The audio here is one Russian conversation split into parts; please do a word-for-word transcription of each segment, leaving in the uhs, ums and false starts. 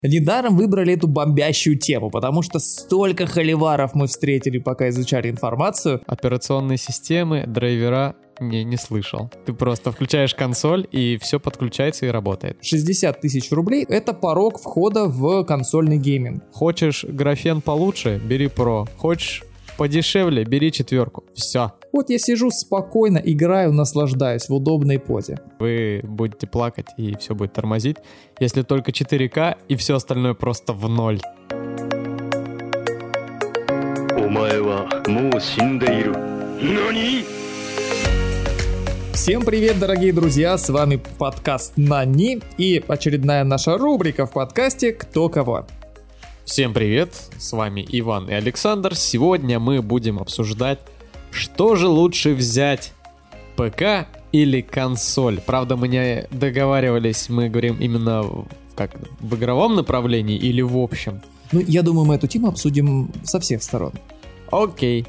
Недаром выбрали эту бомбящую тему, потому что столько холиваров мы встретили, пока изучали информацию. Операционные системы, драйвера, не, не слышал. Ты просто включаешь консоль, и все подключается и работает. шестьдесят тысяч рублей — это порог входа в консольный гейминг. Хочешь графен получше, бери Pro. Хочешь подешевле, бери четверку. Все. Вот я сижу спокойно, играю, наслаждаюсь в удобной позе. Вы будете плакать, и все будет тормозить, если только четыре ка, и все остальное просто в ноль. Всем привет, дорогие друзья, с вами подкаст Нани и очередная наша рубрика в подкасте «Кто кого». Всем привет, с вами Иван и Александр. Сегодня мы будем обсуждать, что же лучше взять, ПК или консоль. Правда, мы не договаривались, мы говорим именно в, как, в игровом направлении или в общем. Ну, я думаю, мы эту тему обсудим со всех сторон. Окей.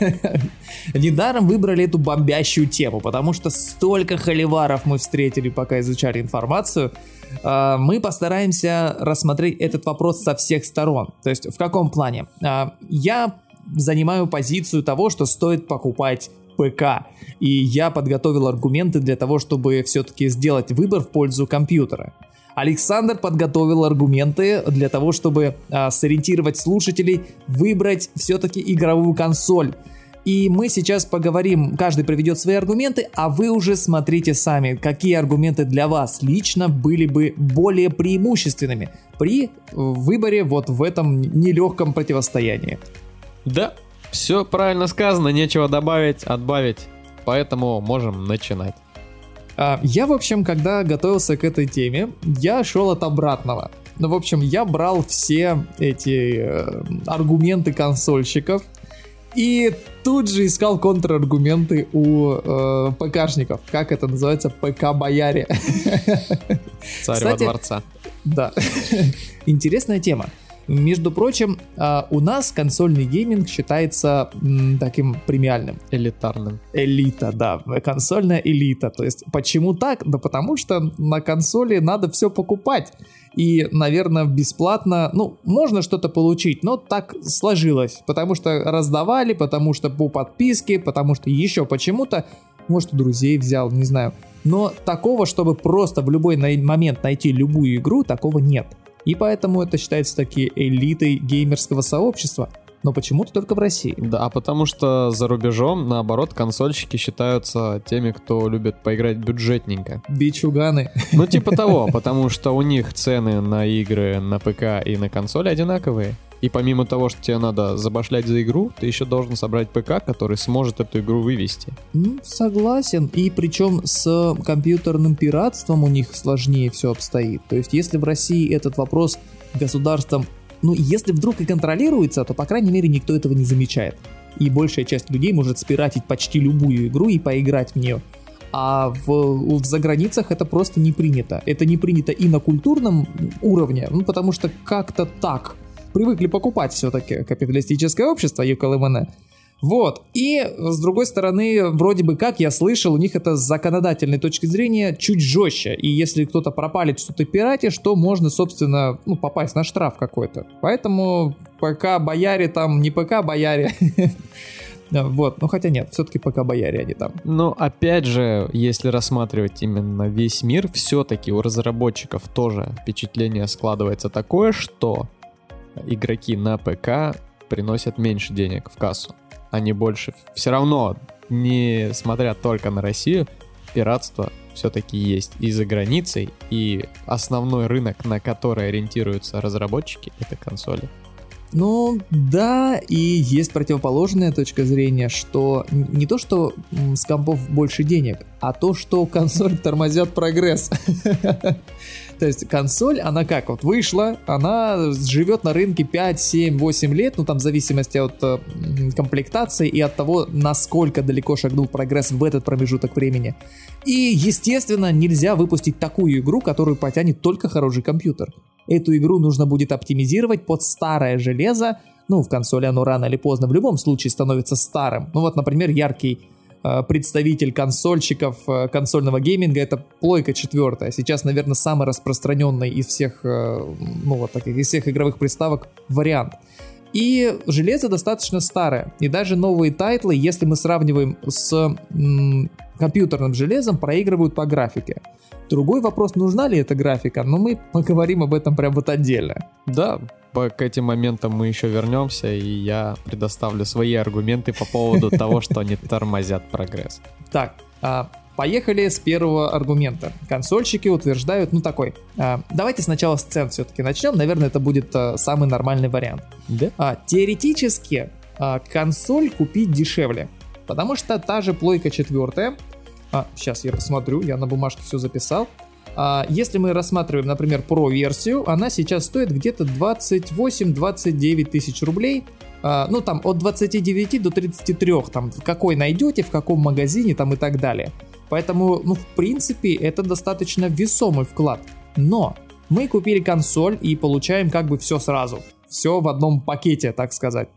Недаром выбрали эту бомбящую тему, потому что столько холиваров мы встретили, пока изучали информацию. Мы постараемся рассмотреть этот вопрос со всех сторон. То есть в каком плане? Я занимаю позицию того, что стоит покупать ПК. И я подготовил аргументы для того, чтобы все-таки сделать выбор в пользу компьютера. Александр подготовил аргументы для того, чтобы а, сориентировать слушателей, выбрать все-таки игровую консоль. И мы сейчас поговорим, каждый приведет свои аргументы, а вы уже смотрите сами, какие аргументы для вас лично были бы более преимущественными при выборе вот в этом нелегком противостоянии. Да, все правильно сказано, нечего добавить, отбавить, поэтому можем начинать. Я, в общем, когда готовился к этой теме, я шел от обратного. Ну, в общем, я брал все эти э, аргументы консольщиков и тут же искал контраргументы у э, ПКшников. Как это называется? ПК-бояре. Царь во дворца. Да. Интересная тема. Между прочим, у нас консольный гейминг считается м, таким премиальным. Элитарным. Элита, да, консольная элита. То есть, почему так? Да потому что на консоли надо все покупать. И, наверное, бесплатно, ну, можно что-то получить, но так сложилось. Потому что раздавали, потому что по подписке, потому что еще почему-то. Может, у друзей взял, не знаю. Но такого, чтобы просто в любой момент найти любую игру, такого нет. И поэтому это считается таки элитой геймерского сообщества. Но почему-то только в России. Да, потому что за рубежом, наоборот, консольщики считаются теми, кто любит поиграть бюджетненько. Бичуганы. Ну, типа того, потому что у них цены на игры на ПК и на консоли одинаковые. И помимо того, что тебе надо забашлять за игру, ты еще должен собрать ПК, который сможет эту игру вывести. Ну, согласен. И причем с компьютерным пиратством у них сложнее все обстоит. То есть, если в России этот вопрос государством, ну, если вдруг и контролируется, то, по крайней мере, никто этого не замечает. И большая часть людей может спиратить почти любую игру и поиграть в нее. А в, в заграницах это просто не принято. Это не принято и на культурном уровне, ну, потому что как-то так привыкли покупать все-таки капиталистическое общество, ЮКЛМН. Вот. И, с другой стороны, вроде бы как я слышал, у них это с законодательной точки зрения чуть жестче. И если кто-то пропалит, что ты пиратишь, то можно, собственно, ну, попасть на штраф какой-то. Поэтому ПК-бояре там, не ПК-бояре. Вот, ну хотя нет, все-таки ПК-бояре они там. Но опять же, если рассматривать именно весь мир, все-таки у разработчиков тоже впечатление складывается такое, что игроки на ПК приносят меньше денег в кассу, а не больше. Все равно, несмотря только на Россию, пиратство все-таки есть и за границей, и основной рынок, на который ориентируются разработчики, это консоли. Ну, да, и есть противоположная точка зрения, что не то, что с компов больше денег, а то, что консоль тормозят прогресс. То есть консоль, она как, вот вышла, она живет на рынке пять, семь, восемь лет, ну там в зависимости от э, комплектации и от того, насколько далеко шагнул прогресс в этот промежуток времени. И, естественно, нельзя выпустить такую игру, которую потянет только хороший компьютер. Эту игру нужно будет оптимизировать под старое железо, ну в консоли оно рано или поздно в любом случае становится старым. Ну вот, например, яркий представитель консольщиков консольного гейминга, это плойка четвертая. Сейчас, наверное, самый распространенный из всех, ну, вот таких, из всех игровых приставок вариант. И железо достаточно старое. И даже новые тайтлы, если мы сравниваем с м, компьютерным железом, проигрывают по графике. Другой вопрос, нужна ли эта графика, но мы поговорим об этом прям вот отдельно. Да, по, к этим моментам мы еще вернемся, и я предоставлю свои аргументы по поводу того, что они тормозят прогресс. Так, а, поехали с первого аргумента. Консольщики утверждают, ну такой, а, давайте сначала с цен все-таки начнем, наверное, это будет а, самый нормальный вариант. Да? А, теоретически а, консоль купить дешевле, потому что та же плойка четвертая, а, сейчас я посмотрю, я на бумажке все записал. А, если мы рассматриваем, например, Pro-версию, она сейчас стоит где-то двадцать восемь - двадцать девять тысяч рублей. А, ну, там, от двадцати девяти до тридцати трёх, там, какой найдете, в каком магазине, там, и так далее. Поэтому, ну, в принципе, это достаточно весомый вклад. Но мы купили консоль и получаем как бы все сразу. Все в одном пакете, так сказать.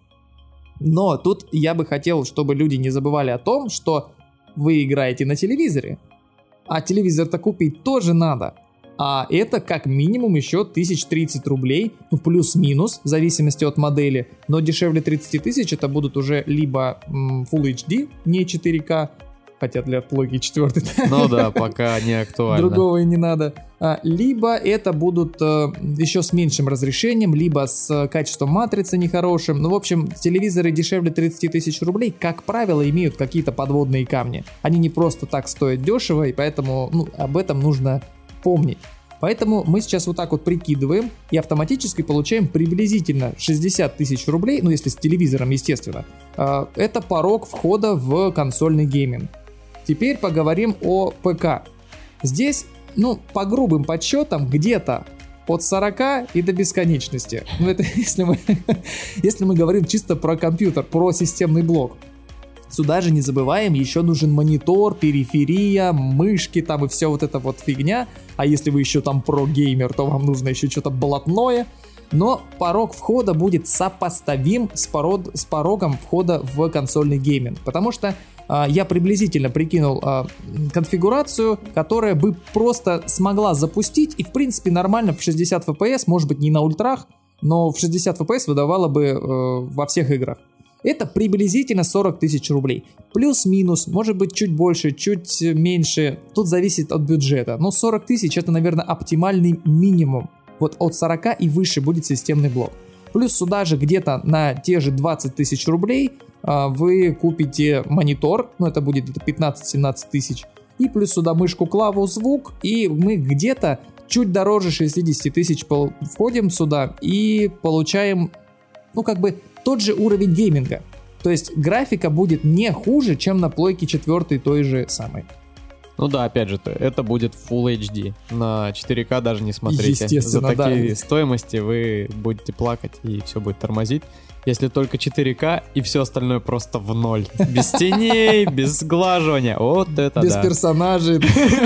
Но тут я бы хотел, чтобы люди не забывали о том, что вы играете на телевизоре. А телевизор-то купить тоже надо. А это как минимум еще тысяч тридцать рублей, ну плюс-минус, в зависимости от модели. Но дешевле тридцати тысяч это будут уже либо м, Full эйч ди, не четыре ка, хотя для плойки четвёртой. Ну да, пока не актуально. Другого и не надо. А, либо это будут а, еще с меньшим разрешением, либо с а, качеством матрицы нехорошим. Ну, в общем, телевизоры дешевле тридцати тысяч рублей, как правило, имеют какие-то подводные камни. Они не просто так стоят дешево, и поэтому ну, об этом нужно помнить. Поэтому мы сейчас вот так вот прикидываем и автоматически получаем приблизительно шестьдесят тысяч рублей, ну если с телевизором, естественно. А, это порог входа в консольный гейминг. Теперь поговорим о ПК. Здесь, ну, по грубым подсчетам, где-то от сорока и до бесконечности. Ну, это если мы, если мы говорим чисто про компьютер, про системный блок. Сюда же не забываем, еще нужен монитор, периферия, мышки там и все вот это вот фигня. А если вы еще там про-геймер, то вам нужно еще что-то блатное. Но порог входа будет сопоставим с, пород, с порогом входа в консольный гейминг. Потому что а, я приблизительно прикинул а, конфигурацию, которая бы просто смогла запустить и в принципе нормально в шестьдесят эф пи эс, может быть не на ультрах, но в шестьдесят эф пи эс выдавала бы э, во всех играх. Это приблизительно сорок тысяч рублей. Плюс-минус, может быть чуть больше, чуть меньше. Тут зависит от бюджета. Но сорок тысяч это, наверное, оптимальный минимум. Вот от сорока и выше будет системный блок. Плюс сюда же где-то на те же двадцать тысяч рублей а, вы купите монитор. Ну это будет где-то пятнадцать-семнадцать тысяч. И плюс сюда мышку, клаву, звук. И мы где-то чуть дороже шестьдесят тысяч входим сюда и получаем, ну как бы, тот же уровень гейминга. То есть графика будет не хуже, чем на плойке четвёртой той же самой. Ну да, опять же, это будет Full эйч ди. На четыре ка даже не смотрите. Естественно, За такие да. стоимости вы будете плакать и все будет тормозить. Если только четыре ка и все остальное просто в ноль. Без теней, без сглаживания. Вот это без да. Без персонажей,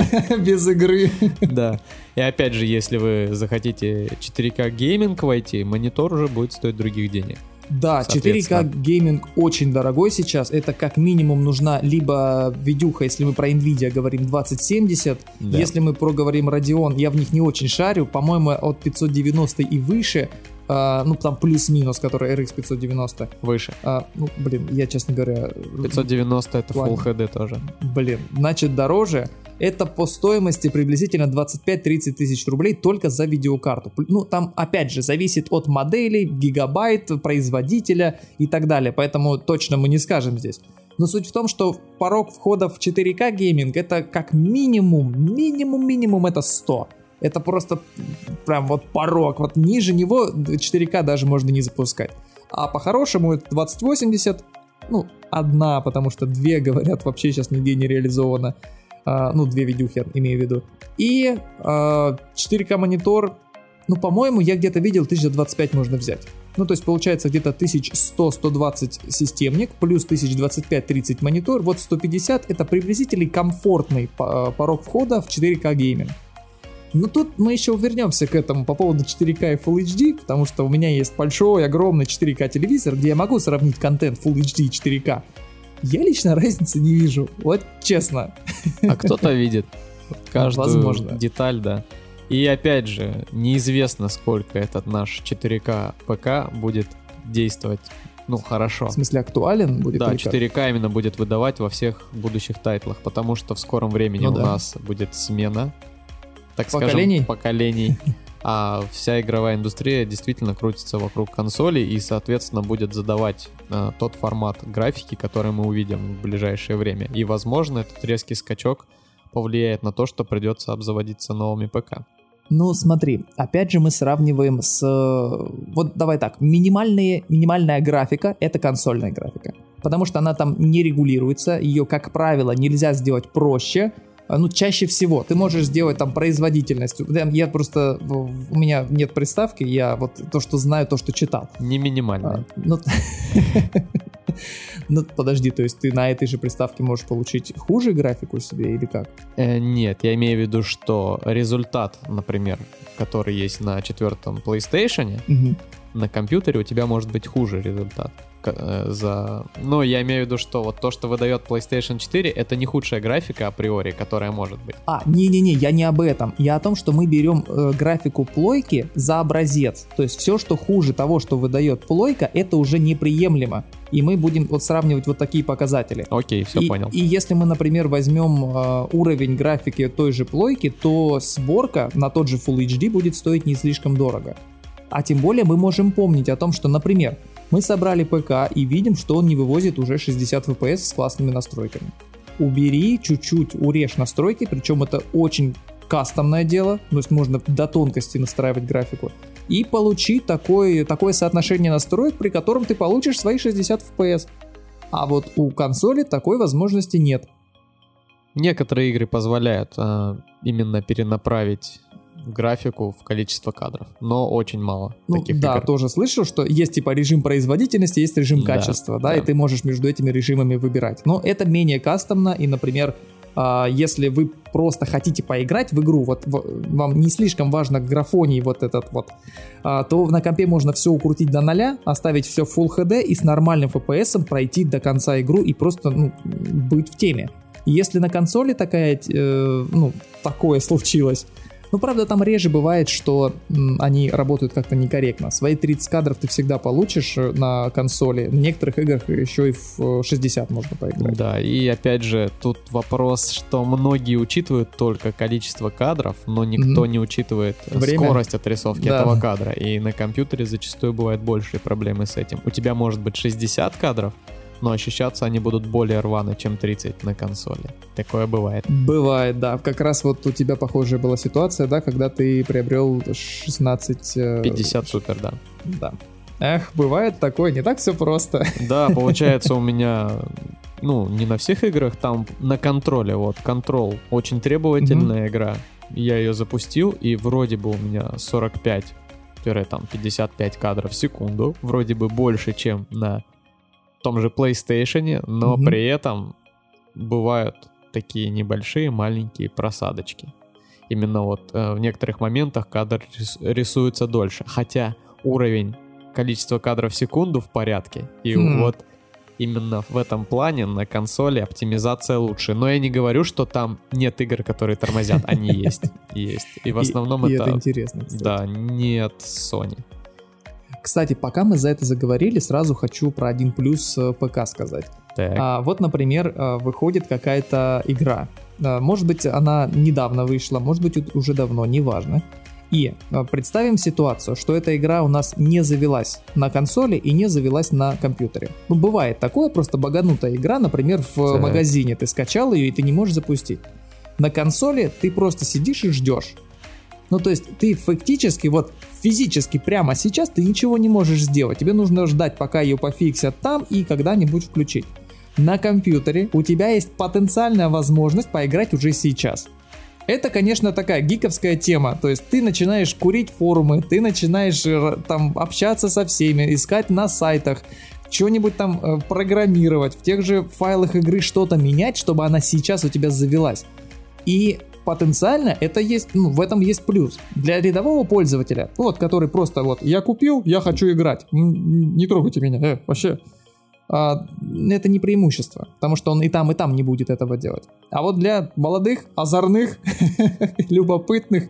без игры. Да. И опять же, если вы захотите четыре ка гейминг войти, монитор уже будет стоить других денег. Да, четыре ка гейминг очень дорогой сейчас. Это как минимум нужна либо видюха, если мы про Nvidia говорим, двадцать семьдесят. Да. Если мы про говорим Radeon, я в них не очень шарю. По-моему, от пятьсот девяносто и выше. Uh, ну, там плюс-минус, который эр икс пятьсот девяносто. Выше. Uh, ну, блин, я, честно говоря... пятьсот девяносто это Full эйч ди тоже. Блин, значит, дороже. Это по стоимости приблизительно двадцать пять-тридцать тысяч рублей только за видеокарту. Ну, там, опять же, зависит от моделей, гигабайт, производителя и так далее. Поэтому точно мы не скажем здесь. Но суть в том, что порог входа в четыре ка гейминг это как минимум, минимум-минимум это сто. Это просто прям вот порог. Вот ниже него четыре ка даже можно не запускать. А по-хорошему это двадцать восемьдесят. Ну, одна, потому что две, говорят, вообще сейчас нигде не реализовано. А, ну, две видюхи, я имею в виду. И а, четыре ка монитор. Ну, по-моему, я где-то видел, тысяча двадцать пять можно взять. Ну, то есть получается где-то тысяча сто - сто двадцать системник, плюс тысяча двадцать пять - тридцать монитор. Вот сто пятьдесят это приблизительный комфортный порог входа в четыре ка гейминг. Но тут мы еще вернемся к этому по поводу четыре ка и Full эйч ди, потому что у меня есть большой, огромный четыре ка телевизор, где я могу сравнить контент Full эйч ди и четыре ка. Я лично разницы не вижу, вот честно. А кто-то видит каждую Возможно. деталь, да. И опять же, неизвестно, сколько этот наш четыре ка ПК будет действовать, ну, хорошо. В смысле, актуален будет? Да, или как? четыре ка именно будет выдавать во всех будущих тайтлах, потому что в скором времени Ну у да. нас будет смена, так Поколений? скажем, поколений. А вся игровая индустрия действительно крутится вокруг консолей и, соответственно, будет задавать э, тот формат графики, который мы увидим в ближайшее время. И, возможно, этот резкий скачок повлияет на то, что придется обзаводиться новыми ПК. Ну, смотри, опять же мы сравниваем с... Вот давай так, минимальные, минимальная графика — это консольная графика. Потому что она там не регулируется, ее, как правило, нельзя сделать проще. Ну, чаще всего. Ты можешь сделать там производительность. Я просто... У меня нет приставки, я вот то, что знаю, то, что читал. Не минимальная. А, ну, ну, подожди, то есть ты на этой же приставке можешь получить хуже графику себе или как? Э, нет, я имею в виду, что результат, например, который есть на четвертом PlayStation, Угу. на компьютере у тебя может быть хуже результат. К- э, за... Ну, я имею в виду, что вот то, что выдает PlayStation четыре, это не худшая графика априори, которая может быть. А, не-не-не, я не об этом. Я о том, что мы берем э, графику плойки за образец. То есть все, что хуже того, что выдает плойка, это уже неприемлемо. И мы будем вот сравнивать вот такие показатели. Окей, все и, понял. И если мы, например, возьмем э, уровень графики той же плойки, то сборка на тот же Full эйч ди будет стоить не слишком дорого. А тем более мы можем помнить о том, что, например, мы собрали ПК и видим, что он не вывозит уже шестьдесят эф пи эс с классными настройками. Убери чуть-чуть, урежь настройки, причем это очень кастомное дело, то есть можно до тонкости настраивать графику, и получи такое, такое соотношение настроек, при котором ты получишь свои шестьдесят эф пи эс. А вот у консоли такой возможности нет. Некоторые игры позволяют а, именно перенаправить графику в количество кадров, но очень мало Ну таких да, игр. тоже слышал, что есть типа режим производительности, есть режим Да, качества, да, да. и ты можешь между этими режимами выбирать. Но это менее кастомно, и, например, а, если вы просто хотите поиграть в игру, вот в- вам не слишком важно графоний вот этот вот, а, то на компе можно все укрутить до ноля, оставить все в Full эйч ди и с нормальным эф пи эс пройти до конца игру и просто ну, быть в теме. Если на консоли такая, э, ну, такое случилось, ну, правда, там реже бывает, что м, они работают как-то некорректно. Свои тридцать кадров ты всегда получишь э, на консоли. На некоторых играх еще и в э, шестьдесят можно поиграть. Да, и опять же, тут вопрос, что многие учитывают только количество кадров, но никто Мгм. не учитывает Время. скорость отрисовки Да. этого кадра. И на компьютере зачастую бывают большие проблемы с этим. У тебя может быть шестьдесят кадров, но ощущаться они будут более рвано, чем тридцать на консоли. Такое бывает. Бывает, да. Как раз вот у тебя похожая была ситуация, да, когда ты приобрел шестнадцать... э, пятьдесят супер, да. Да. Эх, бывает такое, не так все просто. Да, получается у меня, ну, не на всех играх, там на контроле, вот, контрол, очень требовательная игра. Я ее запустил, и вроде бы у меня сорок пять пятьдесят пять кадров в секунду, вроде бы больше, чем на том же PlayStation, но Мгм. при этом бывают такие небольшие маленькие просадочки. Именно вот э, в некоторых моментах кадр рис- рисуется дольше, хотя уровень количества кадров в секунду в порядке, и Хм. вот именно в этом плане на консоли оптимизация лучше. Но я не говорю, что там нет игр, которые тормозят, они есть, есть. И в основном И- и это это, интересно, кстати. да, нет Sony. Кстати, пока мы за это заговорили, сразу хочу про один плюс э, ПК сказать. Так. А, вот, например, а, выходит какая-то игра. А, может быть, она недавно вышла, может быть, у- уже давно, неважно. И а, представим ситуацию, что эта игра у нас не завелась на консоли и не завелась на компьютере. Ну, бывает такое, просто баганутая игра, например, в Так. магазине. Ты скачал ее, и ты не можешь запустить. На консоли ты просто сидишь и ждешь. Ну, то есть ты фактически, вот физически прямо сейчас ты ничего не можешь сделать. Тебе нужно ждать, пока ее пофиксят там и когда-нибудь включить. На компьютере у тебя есть потенциальная возможность поиграть уже сейчас. Это, конечно, такая гиковская тема. То есть ты начинаешь курить форумы, ты начинаешь э, там общаться со всеми, искать на сайтах, что-нибудь там э, программировать, в тех же файлах игры что-то менять, чтобы она сейчас у тебя завелась. И потенциально это есть, ну, в этом есть плюс. Для рядового пользователя, вот, который просто вот, я купил, я хочу играть, М, не трогайте меня, э, вообще. это не преимущество, потому что он и там, и там не будет этого делать. А вот для молодых, озорных, любопытных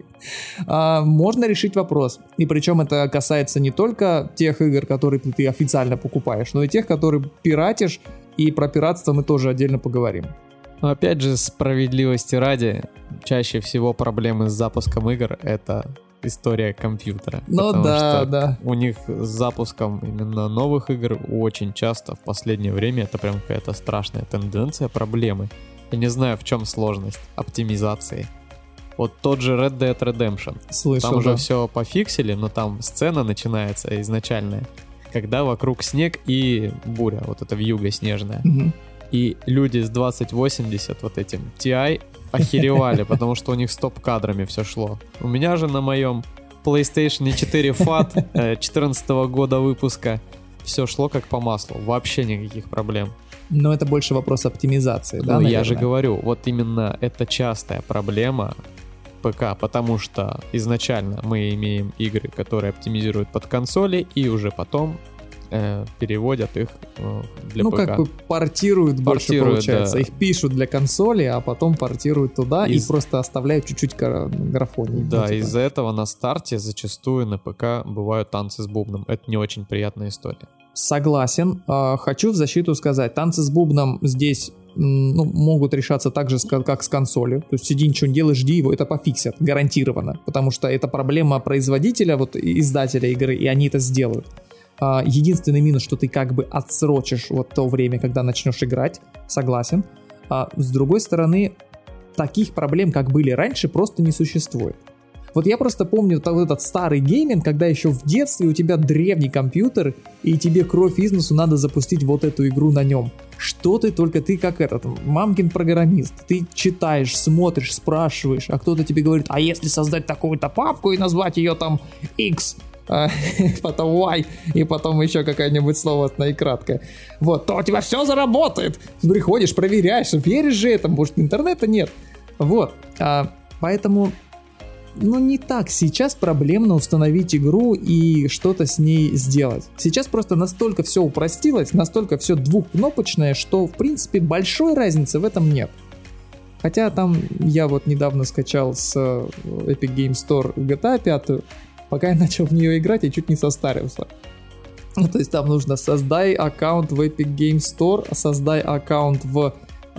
можно решить вопрос. И причем это касается не только тех игр, которые ты официально покупаешь, но и тех, которые пиратишь, и про пиратство мы тоже отдельно поговорим. Но опять же, справедливости ради, чаще всего проблемы с запуском игр — это история компьютера. Ну да, да. У них с запуском именно новых игр очень часто в последнее время это прям какая-то страшная тенденция, проблемы. Я не знаю, в чем сложность оптимизации. Вот тот же Red Dead Redemption. Слышал, там уже да. все пофиксили, но там сцена начинается изначальная, когда вокруг снег и буря, вот эта вьюга снежная. Угу. И люди с двадцать восемьдесят вот этим ти ай охеревали, потому что у них стоп-кадрами все шло. У меня же на моем PlayStation четыре фат четырнадцатого года выпуска все шло как по маслу, вообще никаких проблем. Но это больше вопрос оптимизации, да, Ну, наверное? я же говорю, вот именно это частая проблема ПК, потому что изначально мы имеем игры, которые оптимизируют под консоли, и уже потом э, переводят их э, для ну, ПК. Ну, как бы портируют, больше Портируют, получается. да. Их пишут для консоли, а потом портируют туда Из- и просто оставляют чуть-чуть гра- графоний. Да, Ну, типа. из-за этого на старте зачастую на ПК бывают танцы с бубном. Это не очень приятная история. Согласен. А, Хочу в защиту сказать, танцы с бубном здесь м, ну, могут решаться так же, ска- как с консолью. То есть сиди, ничего не делай, жди его, это пофиксят, гарантированно. Потому что это проблема производителя, вот и- издателя игры, и они это сделают. А, Единственный минус, что ты как бы отсрочишь вот то время, когда начнешь играть, согласен. А с другой стороны, таких проблем, как были раньше, просто не существует. Вот я просто помню вот этот старый гейминг, когда еще в детстве у тебя древний компьютер, и тебе кровь из носу надо запустить вот эту игру на нем. Что ты только, ты как этот, мамкин программист, ты читаешь, смотришь, спрашиваешь, а кто-то тебе говорит, а если создать такую-то папку и назвать ее там X, а, потом Y, и потом еще какое-нибудь слово наикраткое, вот, то у тебя все заработает. Приходишь, проверяешь, веришь же этому, может интернета нет. Вот, а, поэтому... Ну, не так сейчас проблемно установить игру и что-то с ней сделать. Сейчас просто настолько все упростилось, настолько все двухкнопочное, что, в принципе, большой разницы в этом нет. Хотя там я вот недавно скачал с Epic Games Store джи ти эй пять, пока я начал в нее играть, я чуть не состарился. Ну, то есть там нужно создай аккаунт в Epic Games Store, создай аккаунт в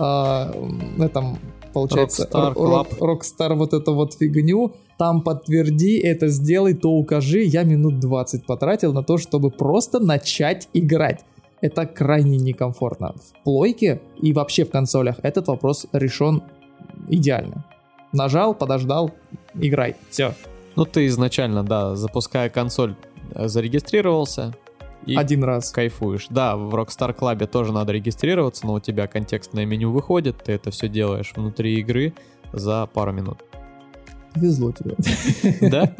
э, этом... Получается, Rockstar Club. Rockstar вот эту вот фигню, там подтверди, это сделай, то укажи. Я минут двадцать потратил на то, чтобы просто начать играть. Это крайне некомфортно. В плойке и вообще в консолях этот вопрос решен идеально. Нажал, подождал, играй, все. Ну, ты изначально, да, запуская консоль, зарегистрировался и Один раз. кайфуешь. Да, в Rockstar Club тоже надо регистрироваться, но у тебя контекстное меню выходит, ты это все делаешь внутри игры за пару минут. Везло тебе. Да?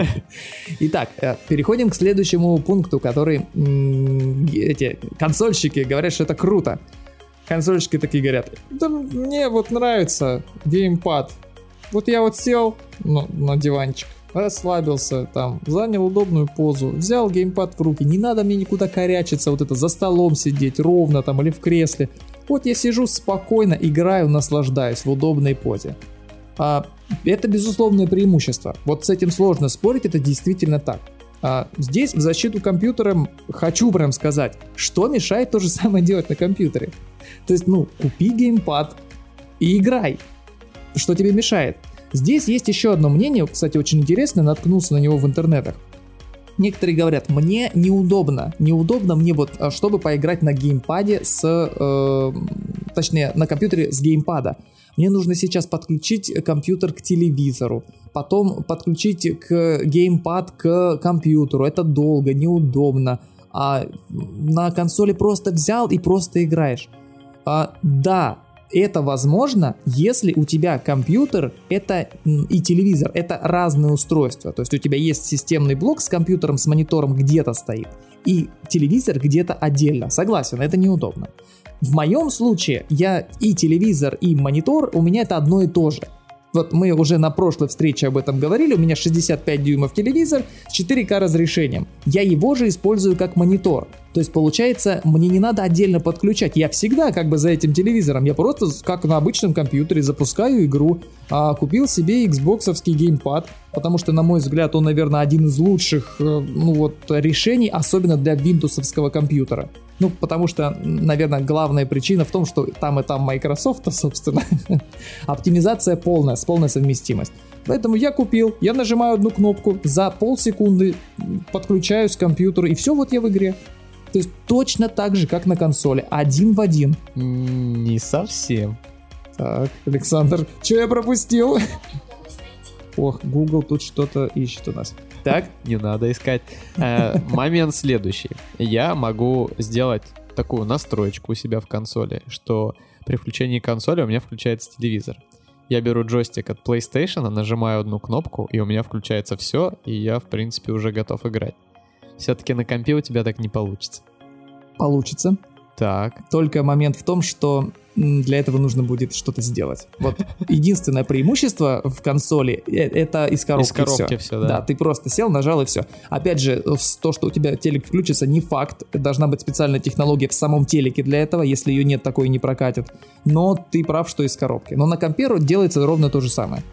Итак, переходим к следующему пункту, который м, эти консольщики говорят, что это круто. Консольщики такие говорят, да мне вот нравится геймпад. Вот я вот сел ну, на диванчик, расслабился там, занял удобную позу, взял геймпад в руки, не надо мне никуда корячиться, вот это за столом сидеть ровно там или в кресле. Вот я сижу спокойно, играю, наслаждаюсь в удобной позе. А, это безусловное преимущество. Вот с этим сложно спорить, это действительно так. А, здесь в защиту компьютера хочу прям сказать, что мешает то же самое делать на компьютере. То есть, ну, купи геймпад и играй. Что тебе мешает? Здесь есть еще одно мнение, кстати, очень интересное, наткнулся на него в интернетах. Некоторые говорят, мне неудобно, неудобно мне вот, чтобы поиграть на геймпаде с, э, точнее, на компьютере с геймпада. Мне нужно сейчас подключить компьютер к телевизору, потом подключить к геймпад к компьютеру. Это долго, неудобно. А на консоли просто взял и просто играешь. А, да, это возможно, если у тебя компьютер это и телевизор, это разные устройства. То есть у тебя есть системный блок с компьютером, с монитором где-то стоит, и телевизор где-то отдельно. Согласен, это неудобно. В моем случае я и телевизор, и монитор, у меня это одно и то же. Вот мы уже на прошлой встрече об этом говорили, у меня шестьдесят пять дюймов телевизор с четыре ка разрешением. Я его же использую как монитор. То есть, получается, мне не надо отдельно подключать. Я всегда как бы за этим телевизором. Я просто, как на обычном компьютере, запускаю игру. А, купил себе Xbox-овский геймпад, потому что, на мой взгляд, он, наверное, один из лучших ну, вот, решений, особенно для виндовсовского компьютера. Ну, потому что, наверное, главная причина в том, что там и там Microsoft, собственно, оптимизация полная, с полной совместимость. Поэтому я купил, я нажимаю одну кнопку, за полсекунды подключаюсь к компьютеру, и все, вот я в игре. То есть точно так же, как на консоли, один в один. Не совсем. Так, Александр, что я пропустил? Ох, Google тут что-то ищет у нас. Так? Не надо искать. Э, момент следующий. Я могу сделать такую настроечку у себя в консоли, что при включении консоли у меня включается телевизор. Я беру джойстик от PlayStation, нажимаю одну кнопку, и у меня включается все, и я, в принципе, уже готов играть. Все-таки на компе у тебя так не получится. Получится. Так. Только момент в том, что для этого нужно будет что-то сделать. Вот единственное преимущество в консоли — это из коробки, из коробки все. все, да. Да, ты просто сел, нажал и все. Опять же, то, что у тебя телек включится, не факт. Должна быть специальная технология в самом телеке для этого. Если ее нет, такой не прокатит. Но ты прав, что из коробки. Но на компе делается ровно то же самое.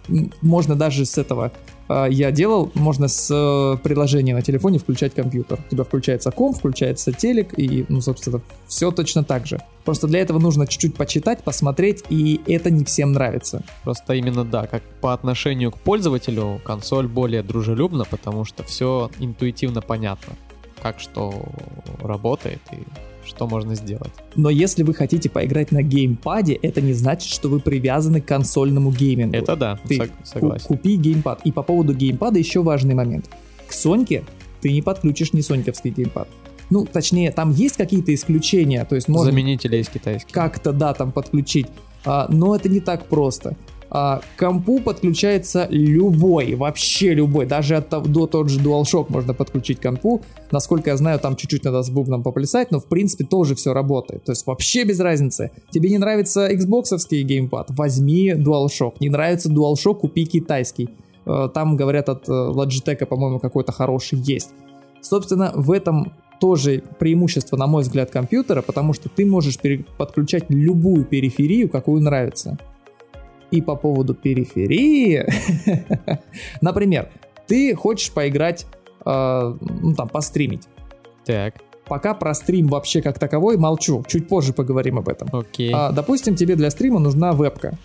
Можно даже с этого, э, я делал, можно с э, приложения на телефоне включать компьютер. У тебя включается комп, включается телек, и, ну, собственно, все точно так же. Просто для этого нужно чуть-чуть почитать, посмотреть, и это не всем нравится. Просто именно, да, как по отношению к пользователю консоль более дружелюбна, потому что все интуитивно понятно, как что работает и что можно сделать. Но если вы хотите поиграть на геймпаде, это не значит, что вы привязаны к консольному геймингу. Это да, ты сог- согласен. Ку- купи геймпад. И по поводу геймпада еще важный момент. К Соньке ты не подключишь ни соньковский геймпад. Ну, точнее, там есть какие-то исключения, то есть можно... Заменители из китайских. Как-то, да, там подключить, а, но это не так просто. А, к компу подключается любой, вообще любой, даже от, до тот же DualShock можно подключить к компу. Насколько я знаю, там чуть-чуть надо с бубном поплясать, но в принципе тоже все работает. То есть вообще без разницы. Тебе не нравится Xbox-овский геймпад? Возьми DualShock. Не нравится DualShock? Купи китайский. Там, говорят, от Logitech, по-моему, какой-то хороший есть. Собственно, в этом тоже преимущество, на мой взгляд, компьютера, потому что ты можешь пере- подключать любую периферию, какую нравится. И по поводу периферии, например, ты хочешь поиграть, э, ну там, постримить. Так. Пока про стрим вообще как таковой молчу, чуть позже поговорим об этом. Окей. А, допустим, тебе для стрима нужна вебка.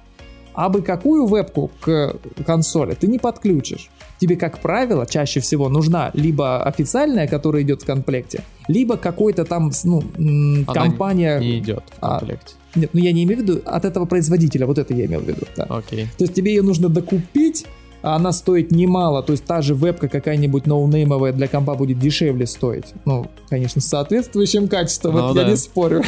А бы какую вебку к консоли ты не подключишь. Тебе, как правило, чаще всего нужна либо официальная, которая идет в комплекте, либо какой-то там, ну, м- Она компания... не идет в комплекте. А, нет, ну я не имею в виду от этого производителя, вот это я имел в виду. Да. Окей. То есть тебе ее нужно докупить, а она стоит немало, то есть та же вебка какая-нибудь ноунеймовая для компа будет дешевле стоить. Ну, конечно, с соответствующим качеством, Ну, это да. я не спорю.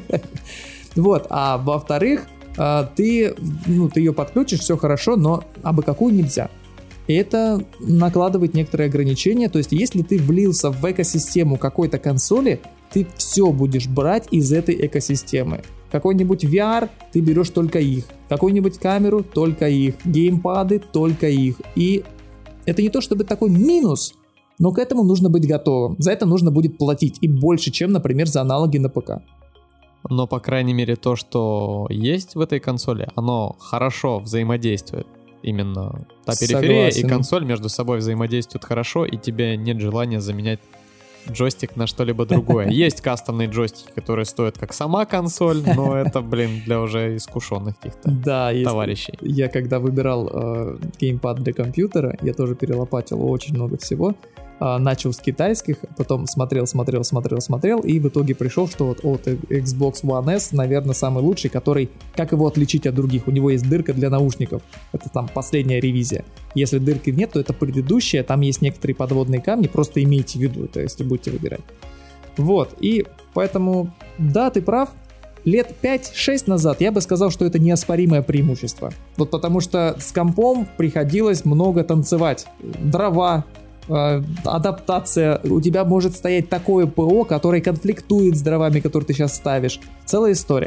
Вот, а во-вторых, ты, ну, ты ее подключишь, все хорошо, но абы какую нельзя. И это накладывает некоторые ограничения. То есть, если ты влился в экосистему какой-то консоли, ты все будешь брать из этой экосистемы. Какой-нибудь ви ар, ты берешь только их. Какую-нибудь камеру, только их. Геймпады, только их. И это не то чтобы такой минус, но к этому нужно быть готовым. За это нужно будет платить. И больше, чем, например, за аналоги на ПК. Но, по крайней мере, то, что есть в этой консоли, оно хорошо взаимодействует. Именно та периферия Согласен. и консоль между собой взаимодействуют хорошо, и тебе нет желания заменять джойстик на что-либо другое. Есть кастомные джойстики, которые стоят как сама консоль, но это, блин, для уже искушенных каких-то Да, есть. товарищей. Я когда выбирал э, геймпад для компьютера, я тоже перелопатил очень много всего. Э, начал с китайских, потом смотрел, смотрел, смотрел, смотрел, и в итоге пришел, что вот от Xbox One S, наверное, самый лучший, который, как его отличить от других? У него есть дырка для наушников. Это там последняя ревизия. Если дырки нет, то это предыдущая, там есть некоторые подводные камни, просто имейте в виду это, если будете выбирать. Вот, и поэтому, да, ты прав. Лет пять-шесть назад я бы сказал, что это неоспоримое преимущество. Вот потому что с компом приходилось много танцевать. Дрова, э, адаптация. У тебя может стоять такое ПО, которое конфликтует с дровами, которые ты сейчас ставишь. Целая история.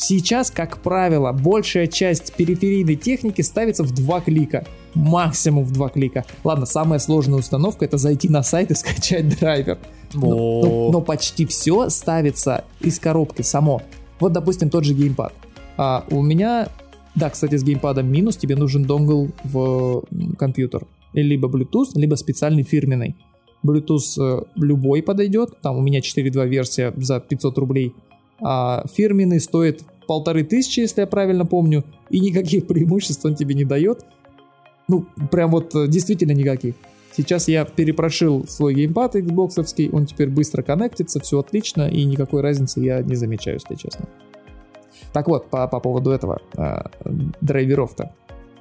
Сейчас, как правило, большая часть периферийной техники ставится в два клика. Максимум в два клика. Ладно, самая сложная установка — это зайти на сайт и скачать драйвер. Но, но, но почти все ставится из коробки само. Вот, допустим, тот же геймпад. А у меня... Да, кстати, с геймпадом минус, тебе нужен донгл в компьютер. Либо Bluetooth, либо специальный фирменный. Bluetooth э, любой подойдет, там у меня четыре точка два версия за пятьсот рублей, а фирменный стоит полторы тысячи, если я правильно помню, и никаких преимуществ он тебе не дает. Ну, прям вот действительно никаких. Сейчас я перепрошил свой геймпад Xbox-овский, он теперь быстро коннектится, все отлично, и никакой разницы я не замечаю, если честно. Так вот, по, по поводу этого э, драйверов-то.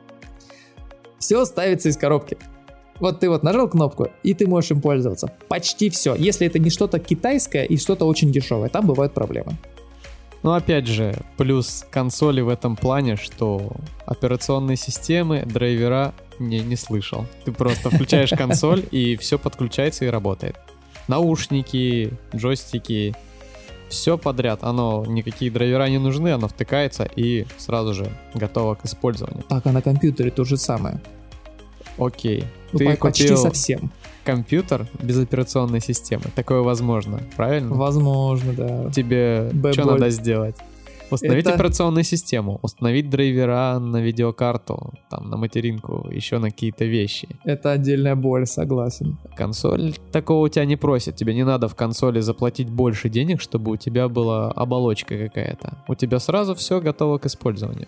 Все ставится из коробки. Вот ты вот нажал кнопку, и ты можешь им пользоваться. Почти все. Если это не что-то китайское и что-то очень дешевое, там бывают проблемы. Ну, опять же, плюс консоли в этом плане, что операционные системы, драйвера не, не слышал. Ты просто включаешь консоль, и все подключается и работает. Наушники, джойстики, все подряд. Оно, никакие драйвера не нужны, оно втыкается и сразу же готово к использованию. Так, а на компьютере то же самое. Окей. Ну, ты почти купил совсем. Компьютер без операционной системы. Такое возможно, правильно? Возможно, да. Тебе Б- что боль. надо сделать? Установить Это- операционную систему, установить драйвера на видеокарту, там, на материнку, еще на какие-то вещи. Это отдельная боль, согласен. Консоль такого у тебя не просит. Тебе не надо в консоли заплатить больше денег, чтобы у тебя была оболочка какая-то. У тебя сразу все готово к использованию.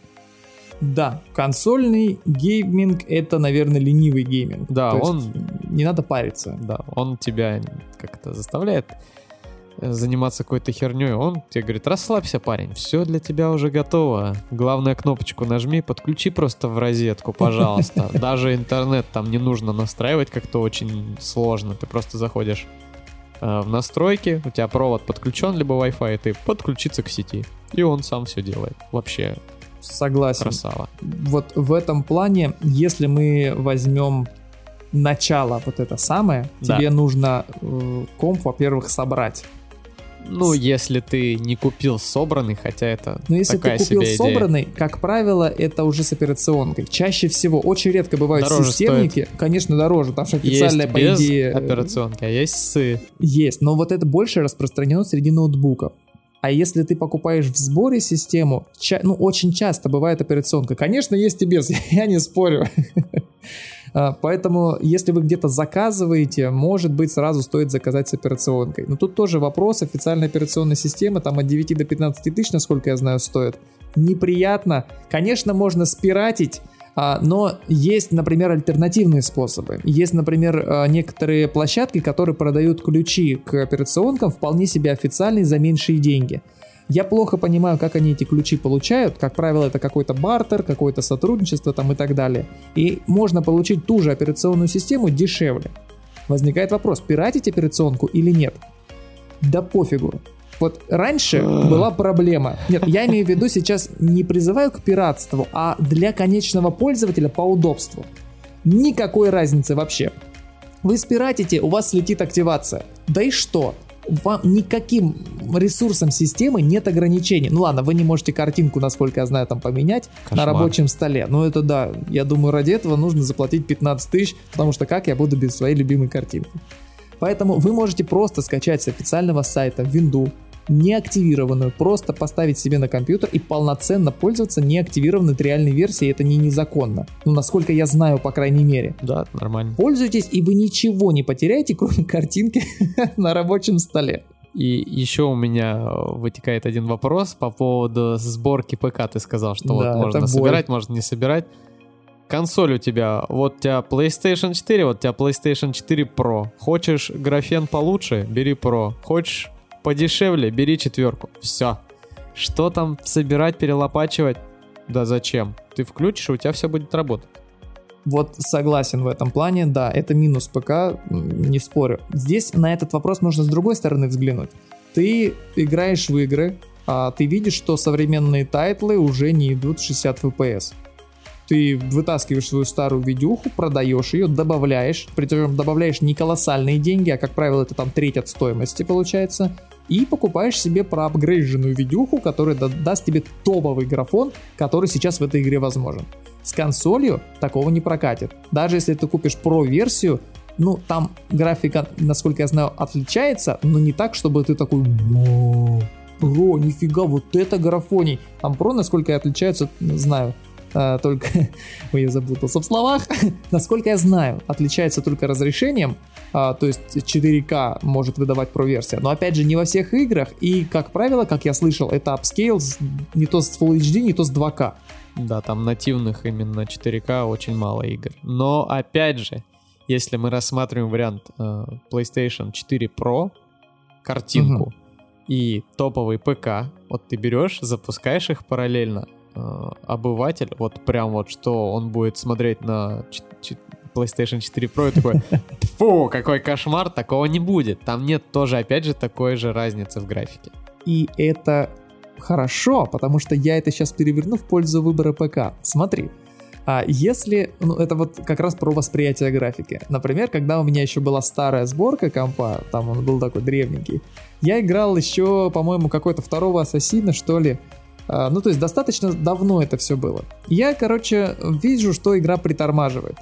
Да, консольный гейминг — это, наверное, ленивый гейминг. Да, То есть он- не надо париться. Да, он тебя как-то заставляет э, заниматься какой-то херней. Он тебе говорит: расслабься, парень, все для тебя уже готово. Главное, кнопочку нажми, подключи просто в розетку, пожалуйста. Даже интернет там не нужно настраивать как-то очень сложно. Ты просто заходишь э, в настройки, у тебя провод подключен, либо Wi-Fi, и ты подключиться к сети. И он сам все делает. Вообще Согласен. красава. Вот в этом плане, если мы возьмем начало вот это самое, Да. тебе нужно э, комп, во-первых, собрать. Ну, если ты не купил собранный, хотя это Но если такая ты купил себе идея. собранный, как правило, это уже с операционкой. Чаще всего, очень редко бывают Дороже системники. Конечно, дороже, потому что официальная, Есть по без идее, э, операционки, а есть с. есть. Но вот это больше распространено среди ноутбуков. А если ты покупаешь в сборе систему, ча- ну, очень часто бывает операционка. Конечно, есть и без, я не спорю. А, Поэтому, если вы где-то заказываете, может быть, сразу стоит заказать с операционкой. Но тут тоже вопрос. Официальная операционная система там от девяти до пятнадцати тысяч, насколько я знаю, стоит. Неприятно. Конечно, можно спиратить, а, но есть, например, альтернативные способы. Есть, например, а, некоторые площадки, которые продают ключи к операционкам вполне себе официальные за меньшие деньги. Я плохо понимаю, как они эти ключи получают. Как правило, это какой-то бартер, какое-то сотрудничество там и так далее. И можно получить ту же операционную систему дешевле. Возникает вопрос, пиратить операционку или нет? Да пофигу. Вот раньше была проблема. Нет, я имею в виду сейчас не призываю к пиратству, а для конечного пользователя по удобству. Никакой разницы вообще. Вы спиратите, у вас слетит активация. Да и что? Вам никаким ресурсом системы нет ограничений. Ну ладно, вы не можете картинку, насколько я знаю, там поменять Кошмар. на рабочем столе. Ну это да, я думаю, ради этого нужно заплатить пятнадцать тысяч, потому что как я буду без своей любимой картинки? Поэтому вы можете просто скачать с официального сайта винду, неактивированную, просто поставить себе на компьютер и полноценно пользоваться неактивированной реальной версией. Это не незаконно. Ну, насколько я знаю, по крайней мере. Да, нормально. Пользуйтесь, и вы ничего не потеряете, кроме картинки на рабочем столе. И еще у меня вытекает один вопрос по поводу сборки ПК. Ты сказал, что Да, вот это можно боль. собирать, можно не собирать. Консоль у тебя, вот у тебя PlayStation четыре, вот у тебя PlayStation четыре Pro. Хочешь графен получше, бери Pro. Хочешь подешевле, бери четверку. Все. Что там собирать, перелопачивать? Да зачем? Ты включишь, и у тебя все будет работать. Вот согласен в этом плане, да, это минус ПК, м, не спорю. Здесь на этот вопрос можно с другой стороны взглянуть. Ты играешь в игры, а ты видишь, что современные тайтлы уже не идут в шестьдесят эф пи эс. Ты вытаскиваешь свою старую видюху, продаешь ее, добавляешь, причем добавляешь не колоссальные деньги, а как правило это там треть от стоимости получается, и покупаешь себе проапгрейдженную видюху, которая да- даст тебе топовый графон, который сейчас в этой игре возможен. С консолью такого не прокатит. Даже если ты купишь Pro-версию, ну, там графика, насколько я знаю, отличается, но не так, чтобы ты такой: Про, нифига, вот это графоний. Там Pro, насколько я отличаются, знаю. А, только, ой, я запутался в словах. Насколько я знаю, отличается только разрешением, а, то есть четыре ка может выдавать Pro-версия, но опять же не во всех играх, и, как правило, как я слышал, это апскейл не то с Full эйч ди, не то с два ка. Да, там нативных именно четыре ка очень мало игр. Но опять же, если мы рассматриваем вариант э, PlayStation четыре Pro, картинку угу. и топовый ПК, вот ты берешь, запускаешь их параллельно, обыватель, вот прям вот что он будет смотреть на ч- ч- PlayStation четыре Pro и такой: фу, какой кошмар, такого не будет. Там нет тоже, опять же, такой же разницы в графике. И это хорошо, потому что я это сейчас переверну в пользу выбора ПК. Смотри, а если, ну это вот как раз про восприятие графики. Например, когда у меня еще была старая сборка компа, там он был такой древненький, я играл еще, по-моему, какой-то второго Ассасина, что ли. Uh, ну, то есть достаточно давно это все было. Я, короче, вижу, что игра притормаживает.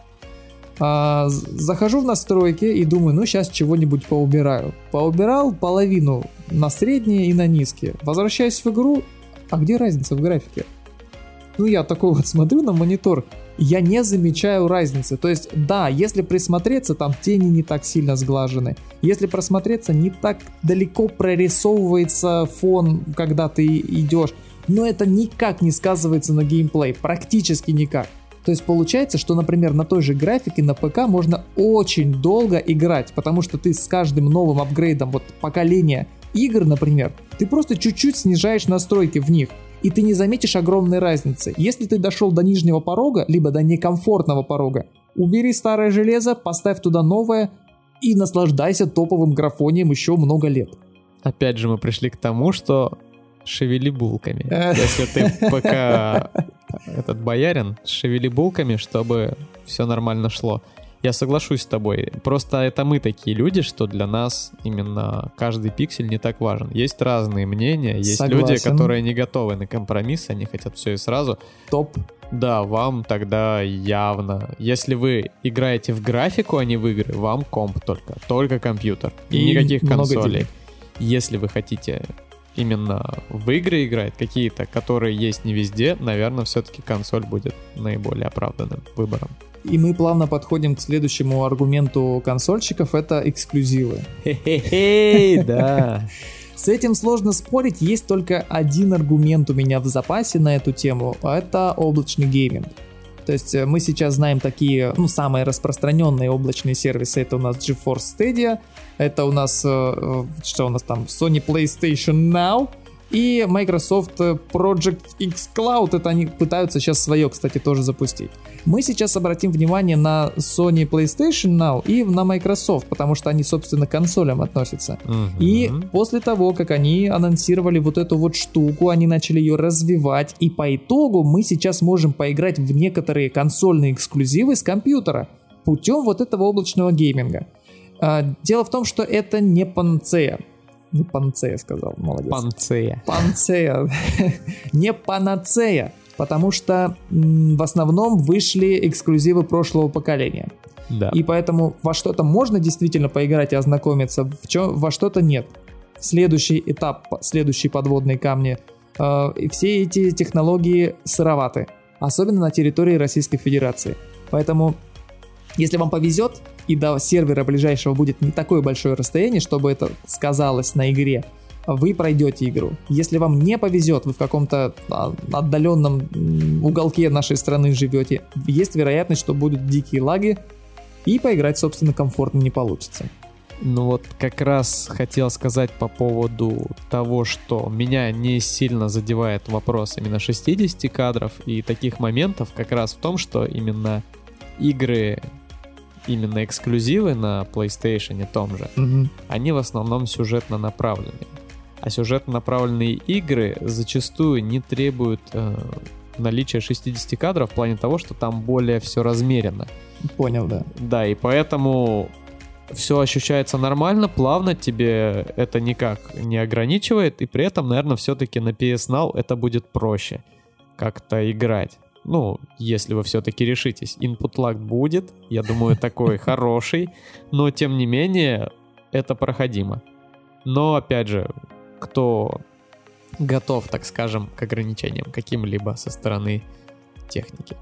Uh, захожу в настройки и думаю, ну, сейчас чего-нибудь поубираю. Поубирал половину на средние и на низкие. Возвращаюсь в игру, а где разница в графике? Ну, я такой вот смотрю на монитор, я не замечаю разницы. То есть, да, если присмотреться, там тени не так сильно сглажены. Если просмотреться, не так далеко прорисовывается фон, когда ты идешь. Но это никак не сказывается на геймплей, практически никак. То есть получается, что, например, на той же графике на ПК можно очень долго играть, потому что ты с каждым новым апгрейдом вот поколения игр, например, ты просто чуть-чуть снижаешь настройки в них, и ты не заметишь огромной разницы. Если ты дошел до нижнего порога, либо до некомфортного порога, убери старое железо, поставь туда новое и наслаждайся топовым графонием еще много лет. Опять же мы пришли к тому, что шевели булками. Если ты пока этот боярин, шевели булками, чтобы все нормально шло. Я соглашусь с тобой. Просто это мы такие люди, что для нас именно каждый пиксель не так важен. Есть разные мнения, есть Согласен. Люди, которые не готовы на компромисс, они хотят все и сразу. Топ. Да, вам тогда явно. Если вы играете в графику, а не в игры, вам комп только. Только компьютер. И, и никаких консолей. Если вы хотите именно в игры играть, какие-то, которые есть не везде, наверное, все-таки консоль будет наиболее оправданным выбором. И мы плавно подходим к следующему аргументу консольщиков, это эксклюзивы. Хе-хе-хе, да. С этим сложно спорить, есть только один аргумент у меня в запасе на эту тему, а это облачный гейминг. То есть мы сейчас знаем такие, ну, самые распространенные облачные сервисы, это у нас GeForce Stadia, это у нас, что у нас там, Sony PlayStation Now и Microsoft Project X Cloud, это они пытаются сейчас свое, кстати, тоже запустить. Мы сейчас обратим внимание на Sony PlayStation Now и на Microsoft, потому что они, собственно, к консолям относятся. Uh-huh. И после того, как они анонсировали вот эту вот штуку, они начали ее развивать, и по итогу мы сейчас можем поиграть в некоторые консольные эксклюзивы с компьютера путем вот этого облачного гейминга. Дело в том, что это не панацея. Не панацея сказал, молодец. Панацея. Панацея. Не панацея, потому что м, в основном вышли эксклюзивы прошлого поколения. Да. И поэтому во что-то можно действительно поиграть и ознакомиться, в чё, во что-то нет. Следующий этап, следующие подводные камни. Э, и все эти технологии сыроваты, особенно на территории Российской Федерации. Поэтому, если вам повезет, и до сервера ближайшего будет не такое большое расстояние, чтобы это сказалось на игре, вы пройдете игру. Если вам не повезет, вы в каком-то отдаленном уголке нашей страны живете, есть вероятность, что будут дикие лаги, и поиграть, собственно, комфортно не получится. Ну вот как раз хотел сказать по поводу того, что меня не сильно задевает вопрос именно шестидесяти кадров и таких моментов, как раз в том, что именно игры, именно эксклюзивы на PlayStation том же, mm-hmm. они в основном сюжетно направлены. А сюжетно направленные игры зачастую не требуют э, наличия шестидесяти кадров в плане того, что там более все размеренно. Понял, да. Да, и поэтому все ощущается нормально, плавно, тебе это никак не ограничивает, и при этом, наверное, все-таки на пи эс Now это будет проще как-то играть. Ну, если вы все-таки решитесь. Input lag будет, я думаю, такой хороший, но, тем не менее, это проходимо. Но, опять же, кто готов, так скажем, к ограничениям каким-либо со стороны техники.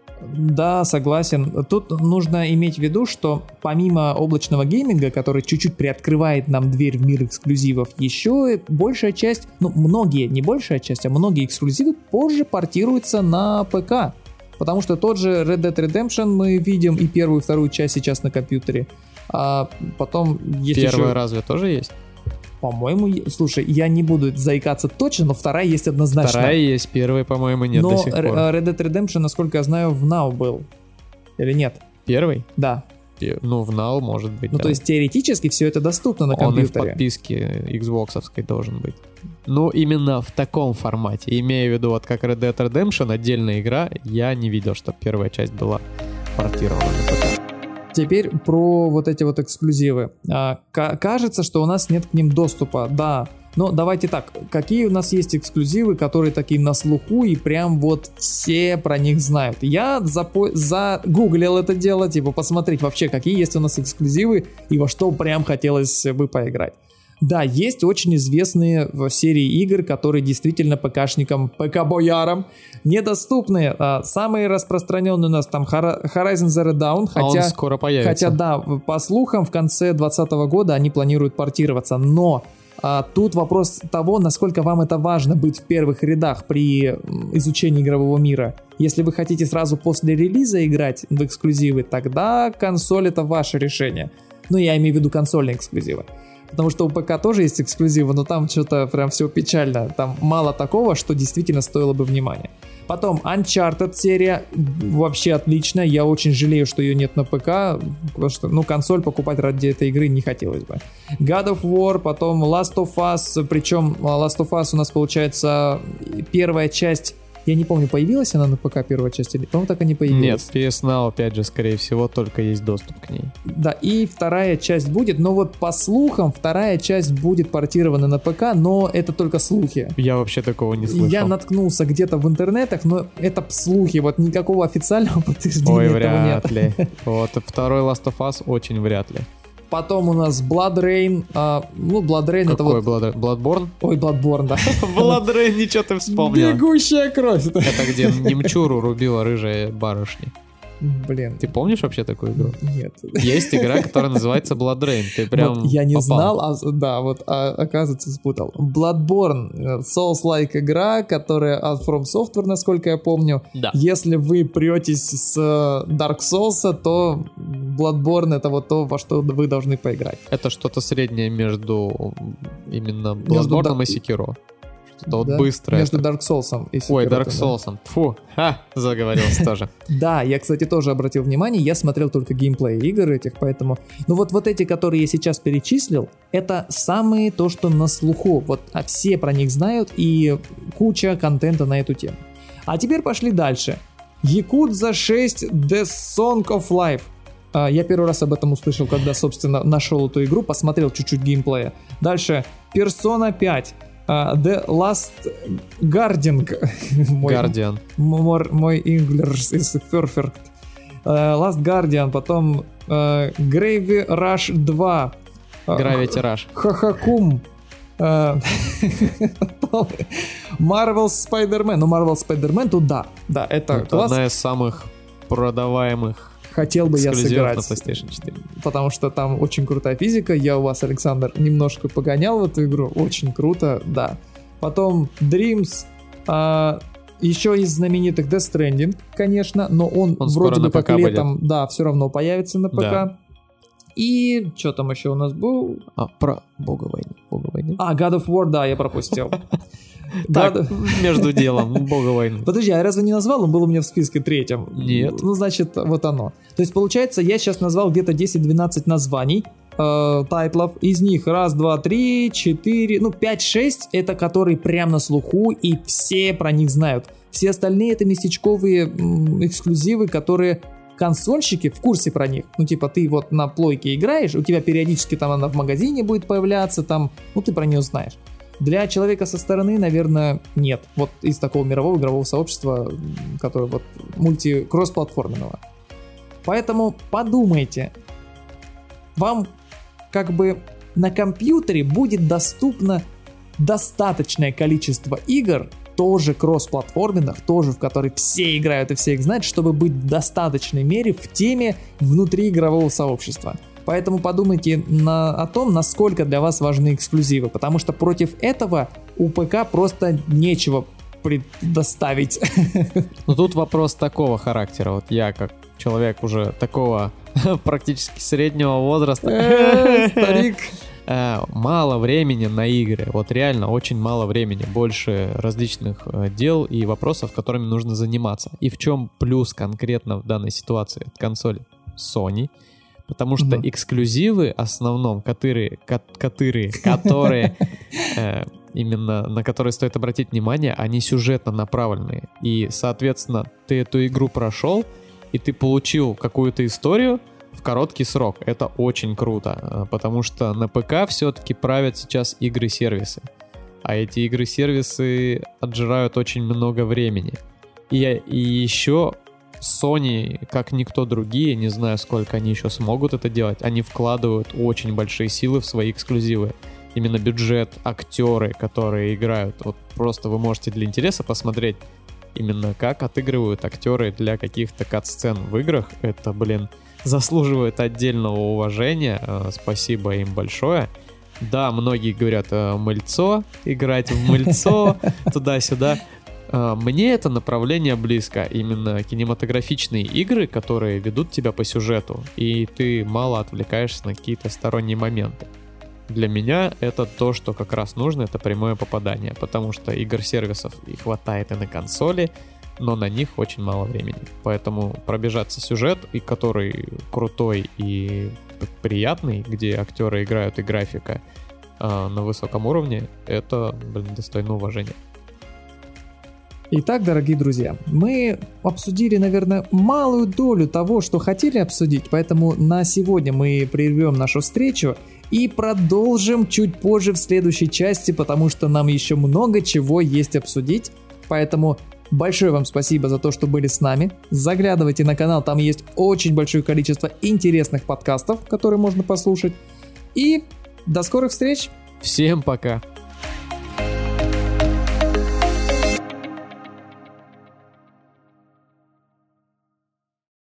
Да, согласен. Тут нужно иметь в виду, что помимо облачного гейминга, который чуть-чуть приоткрывает нам дверь в мир эксклюзивов, еще большая часть, ну многие, не большая часть, а многие эксклюзивы позже портируются на ПК. Потому что тот же Red Dead Redemption мы видим и первую, и вторую часть сейчас на компьютере. А потом есть Первая еще... разве тоже есть? По-моему, слушай, я не буду заикаться точно, но вторая есть однозначно. Вторая есть, первая, по-моему, нет но до сих пор. Но Red Dead Redemption, насколько я знаю, в Now был. Или нет? Первый? Да. Ну, в Now может быть, Ну, да. то есть теоретически все это доступно на компьютере. Он и в подписке Xbox-овской должен быть. Ну, именно в таком формате. Имея в виду, вот как Red Dead Redemption, отдельная игра, я не видел, что первая часть была портирована на ПК. Теперь про вот эти вот эксклюзивы. А, к- кажется, что у нас нет к ним доступа, да. Но давайте так, какие у нас есть эксклюзивы, которые такие на слуху и прям вот все про них знают. Я запо- загуглил это дело, типа посмотреть вообще, какие есть у нас эксклюзивы и во что прям хотелось бы поиграть. Да, есть очень известные в серии игр, которые действительно ПКшникам, ПК-боярам недоступны. А, самые распространенные у нас там Horizon Zero Dawn, хотя, а он скоро появится. Хотя да, по слухам в конце двадцатого года они планируют портироваться, но а, тут вопрос того, насколько вам это важно быть в первых рядах при изучении игрового мира. Если вы хотите сразу после релиза играть в эксклюзивы, тогда консоль — это ваше решение. Ну, я имею в виду консольные эксклюзивы. Потому что у ПК тоже есть эксклюзивы, но там что-то прям все печально. Там мало такого, что действительно стоило бы внимания. Потом Uncharted серия вообще отличная. Я очень жалею, что ее нет на ПК, потому что, ну, консоль покупать ради этой игры не хотелось бы. God of War, потом Last of Us. Причем Last of Us у нас получается первая часть. Я не помню, появилась она на ПК первая часть или, по-моему, так и не появилась. Нет, пи эс Now, опять же, скорее всего, только есть доступ к ней. Да, и вторая часть будет, но вот по слухам вторая часть будет портирована на ПК, но это только слухи. Я вообще такого не слышал. Я наткнулся где-то в интернетах, но это слухи, вот никакого официального подтверждения Ой, этого вряд нет. ли. Вот второй Last of Us очень вряд ли. Потом у нас Blood Rain. А, ну, Blood Rain это Какой вот... Blood... Bloodborne? Ой, Bloodborne, да. Blood Rain, ничего ты вспомнил. Бегущая кровь. Это где немчуру рубила рыжая барышня. Блин. Ты помнишь вообще такую игру? Нет. Есть игра, которая называется Blood Rain. Ты прям вот я не попал. знал, а, да, вот, а, оказывается, спутал. Bloodborne, Souls-like игра, которая от From Software, насколько я помню. Да. Если вы претесь с Dark Souls, то Bloodborne — это вот то, во что вы должны поиграть. Это что-то среднее между именно Между Bloodborne да- и Sekiro. Что-то вот Да? быстрое. Между Dark Souls и Sekiro. Ой, Dark да. Souls. Фу, ха, заговорился тоже. Да, я, кстати, тоже обратил внимание, я смотрел только геймплей игр этих, поэтому... Ну вот, вот эти, которые я сейчас перечислил, это самые то, что на слуху. Вот, а все про них знают и куча контента на эту тему. А теперь пошли дальше. Yakuza шесть The Song of Life. А, я первый раз об этом услышал, когда, собственно, нашел эту игру, посмотрел чуть-чуть геймплея. Дальше. Persona пять. Uh, The Last Guardian. мой, Guardian. Мой, мой English is perfect. Uh, Last Guardian, потом uh, Gravy Rush два. Uh, Gravity Rush. Хахакум. Uh, Marvel Spider-Man. Ну, Marvel Spider-Man тут да. Да, это, Это класс. одна из самых продаваемых Хотел бы я эксклюзивов сыграть. на PlayStation четыре. Потому что там очень крутая физика. Я у вас, Александр, немножко погонял в эту игру. Очень круто, да. Потом Dreams. А, еще из знаменитых Death Stranding, конечно. Но он, Он вроде скоро бы на как ПК летом, да, все равно появится на ПК. Да. И что там еще у нас был? А, про Бога войны. Бога войны. А, God of War, да, я пропустил. Так, God- между делом. Бога войны. Подожди, а я разве не назвал? Он был у меня в списке третьем. Нет. Ну, значит, вот оно. То есть, получается, я сейчас назвал где-то десять-двенадцать названий э, тайтлов. Из них раз, два, три, четыре, ну, пять-шесть. Это которые прям на слуху, и все про них знают. Все остальные — это местечковые м, эксклюзивы, которые консольщики в курсе про них. Ну, типа, ты вот на плойке играешь, у тебя периодически там она в магазине будет появляться, там, ну, ты про нее знаешь. Для человека со стороны, наверное, нет. Вот из такого мирового игрового сообщества, которое вот мульти-кросс-платформенного. Поэтому подумайте. Вам как бы на компьютере будет доступно достаточное количество игр, тоже кросс-платформенных, тоже в которых все играют и все их знают, чтобы быть в достаточной мере в теме внутри игрового сообщества. Поэтому подумайте на, о том, насколько для вас важны эксклюзивы, потому что против этого у ПК просто нечего предоставить. Ну тут вопрос такого характера. Вот я как человек уже такого практически среднего возраста. Старик. Мало времени на игры. Вот реально очень мало времени. Больше различных дел и вопросов, которыми нужно заниматься. И в чем плюс конкретно в данной ситуации от консоли Sony? Потому что mm-hmm. эксклюзивы в основном, которые, которые, которые э, именно на которые стоит обратить внимание, они сюжетно направленные. И, соответственно, ты эту игру прошел, и ты получил какую-то историю в короткий срок. Это очень круто, потому что на ПК все-таки правят сейчас игры-сервисы. А эти игры-сервисы отжирают очень много времени. И, и еще... Sony, как никто другие, не знаю, сколько они еще смогут это делать, они вкладывают очень большие силы в свои эксклюзивы. Именно бюджет, актеры, которые играют. Вот просто вы можете для интереса посмотреть именно как отыгрывают актеры для каких-то кат-сцен в играх. Это, блин, заслуживает отдельного уважения. Спасибо им большое. Да, многие говорят, мыльцо, играть в мыльцо, туда-сюда. Мне это направление близко, именно кинематографичные игры, которые ведут тебя по сюжету, и ты мало отвлекаешься на какие-то сторонние моменты. Для меня это то, что как раз нужно, это прямое попадание, потому что игр-сервисов и хватает и на консоли, но на них очень мало времени. Поэтому пробежаться сюжет, и который крутой и приятный, где актеры играют и графика э, на высоком уровне, это, блин, достойно уважения. Итак, дорогие друзья, мы обсудили, наверное, малую долю того, что хотели обсудить, поэтому на сегодня мы прервем нашу встречу и продолжим чуть позже в следующей части, потому что нам еще много чего есть обсудить. Поэтому большое вам спасибо за то, что были с нами. Заглядывайте на канал, там есть очень большое количество интересных подкастов, которые можно послушать. И до скорых встреч! Всем пока!